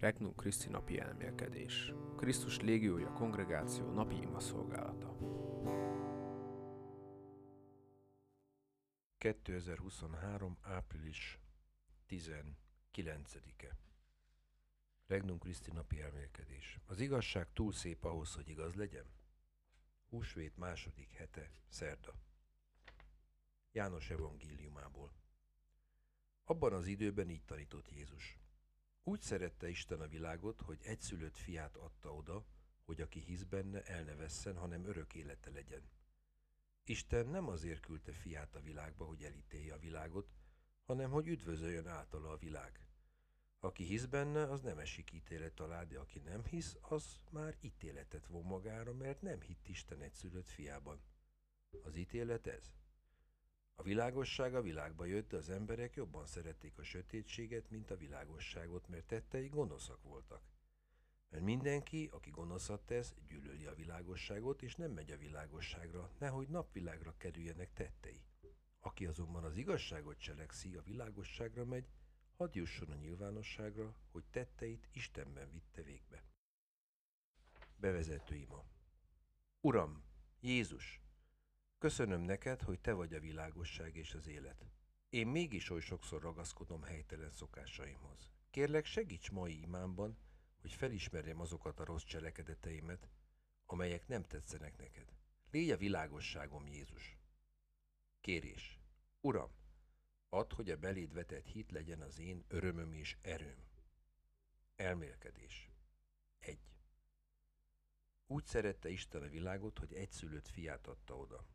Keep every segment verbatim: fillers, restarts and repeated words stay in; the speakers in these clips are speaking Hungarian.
Regnum Christi napi elmélkedés. Krisztus légiója kongregáció napi imaszolgálata. kétezer-huszonhárom. április tizenkilencedike. Regnum Christi napi elmélkedés. Az igazság túl szép ahhoz, hogy igaz legyen? Húsvét második hete, szerda. János evangéliumából. Abban az időben így tanított Jézus. Úgy szerette Isten a világot, hogy egyszülött fiát adta oda, hogy aki hisz benne, el ne vesszen, hanem örök élete legyen. Isten nem azért küldte fiát a világba, hogy elítélje a világot, hanem hogy üdvözöljön általa a világ. Aki hisz benne, az nem esik ítélet alá, de aki nem hisz, az már ítéletet von magára, mert nem hitt Isten egyszülött fiában. Az ítélet ez. A világosság a világba jött, de az emberek jobban szerették a sötétséget, mint a világosságot, mert tettei gonoszak voltak. Mert mindenki, aki gonoszat tesz, gyűlöli a világosságot, és nem megy a világosságra, nehogy napvilágra kerüljenek tettei. Aki azonban az igazságot cselekszi, a világosságra megy, hadd jusson a nyilvánosságra, hogy tetteit Istenben vitte végbe. Bevezető ima. Uram, Jézus! Köszönöm neked, hogy te vagy a világosság és az élet. Én mégis oly sokszor ragaszkodom helytelen szokásaimhoz. Kérlek, segíts mai imámban, hogy felismerjem azokat a rossz cselekedeteimet, amelyek nem tetszenek neked. Légy a világosságom, Jézus. Kérés. Uram, add, hogy a beléd vetett hit legyen az én örömöm és erőm. Elmélkedés. egy. Úgy szerette Isten a világot, hogy egyszülött fiát adta oda.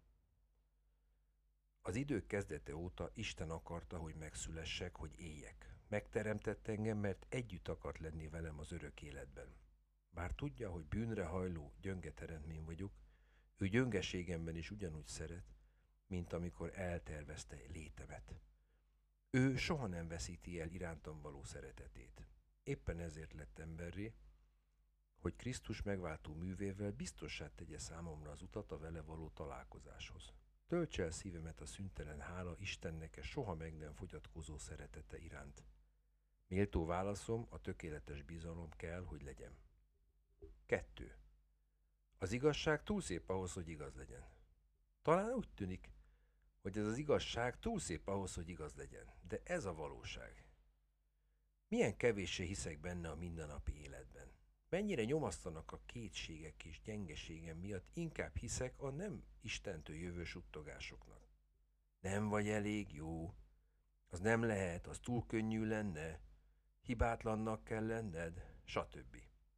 Az idők kezdete óta Isten akarta, hogy megszülessek, hogy éljek. Megteremtett engem, mert együtt akart lenni velem az örök életben. Bár tudja, hogy bűnre hajló, gyönge teremtmény vagyok, ő gyöngeségemben is ugyanúgy szeret, mint amikor eltervezte létemet. Ő soha nem veszíti el irántam való szeretetét. Éppen ezért lett emberré, hogy Krisztus megváltó művével biztossá tegye számomra az utat a vele való találkozáshoz. Tölts el szívemet a szüntelen hála Istennek e soha meg nem fogyatkozó szeretete iránt. Méltó válaszom, a tökéletes bizalom kell, hogy legyen. kettő. Az igazság túl szép ahhoz, hogy igaz legyen. Talán úgy tűnik, hogy ez az igazság túl szép ahhoz, hogy igaz legyen, de ez a valóság. Milyen kevéssé hiszek benne a mindennapi életben. Mennyire nyomasztanak a kétségek és gyengeségem miatt, inkább hiszek a nem Istentől jövő suttogásoknak. Nem vagy elég jó, az nem lehet, az túl könnyű lenne, hibátlannak kell lenned, stb.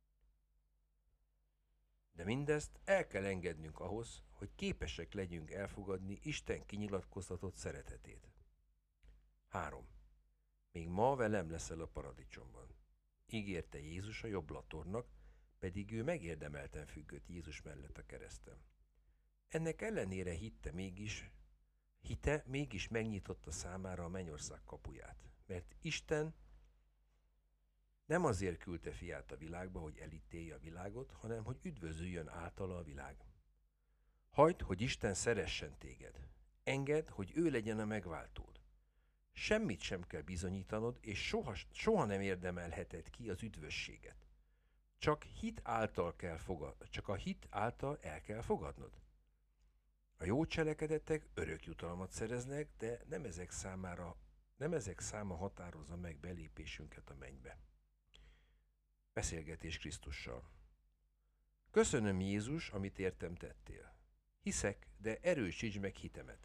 De mindezt el kell engednünk ahhoz, hogy képesek legyünk elfogadni Isten kinyilatkoztatott szeretetét. három. Még ma velem leszel a paradicsomban. Ígérte Jézus a jobblatornak, pedig ő megérdemelten függött Jézus mellett a kereszten. Ennek ellenére hitte mégis, hite mégis megnyitotta számára a mennyország kapuját, mert Isten nem azért küldte fiát a világba, hogy elítélje a világot, hanem hogy üdvözüljön általa a világ. Hagyd, hogy Isten szeressen téged. Engedd, hogy ő legyen a megváltód. Semmit sem kell bizonyítanod, és soha, soha nem érdemelheted ki az üdvösséget. Csak hit által kell fogad, csak a hit által el kell fogadnod. A jó cselekedetek örök jutalmat szereznek, de nem ezek számára, nem ezek száma határozza meg belépésünket a mennybe. Beszélgetés Krisztussal. Köszönöm, Jézus, amit értem tettél. Hiszek, de erősítsd meg hitemet.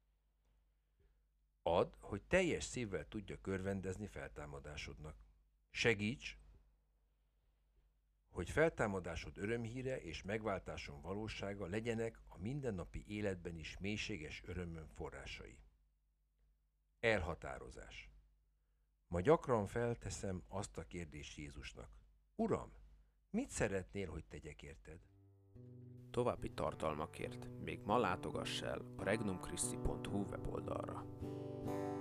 Add, hogy teljes szívvel tudja körvendezni feltámadásodnak. Segíts, hogy feltámadásod örömhíre és megváltáson valósága legyenek a mindennapi életben is mélységes örömöm forrásai. Elhatározás. Ma gyakran felteszem azt a kérdést Jézusnak. Uram, mit szeretnél, hogy tegyek érted? További tartalmakért még ma látogass el a regnumchristi pont hu weboldalra.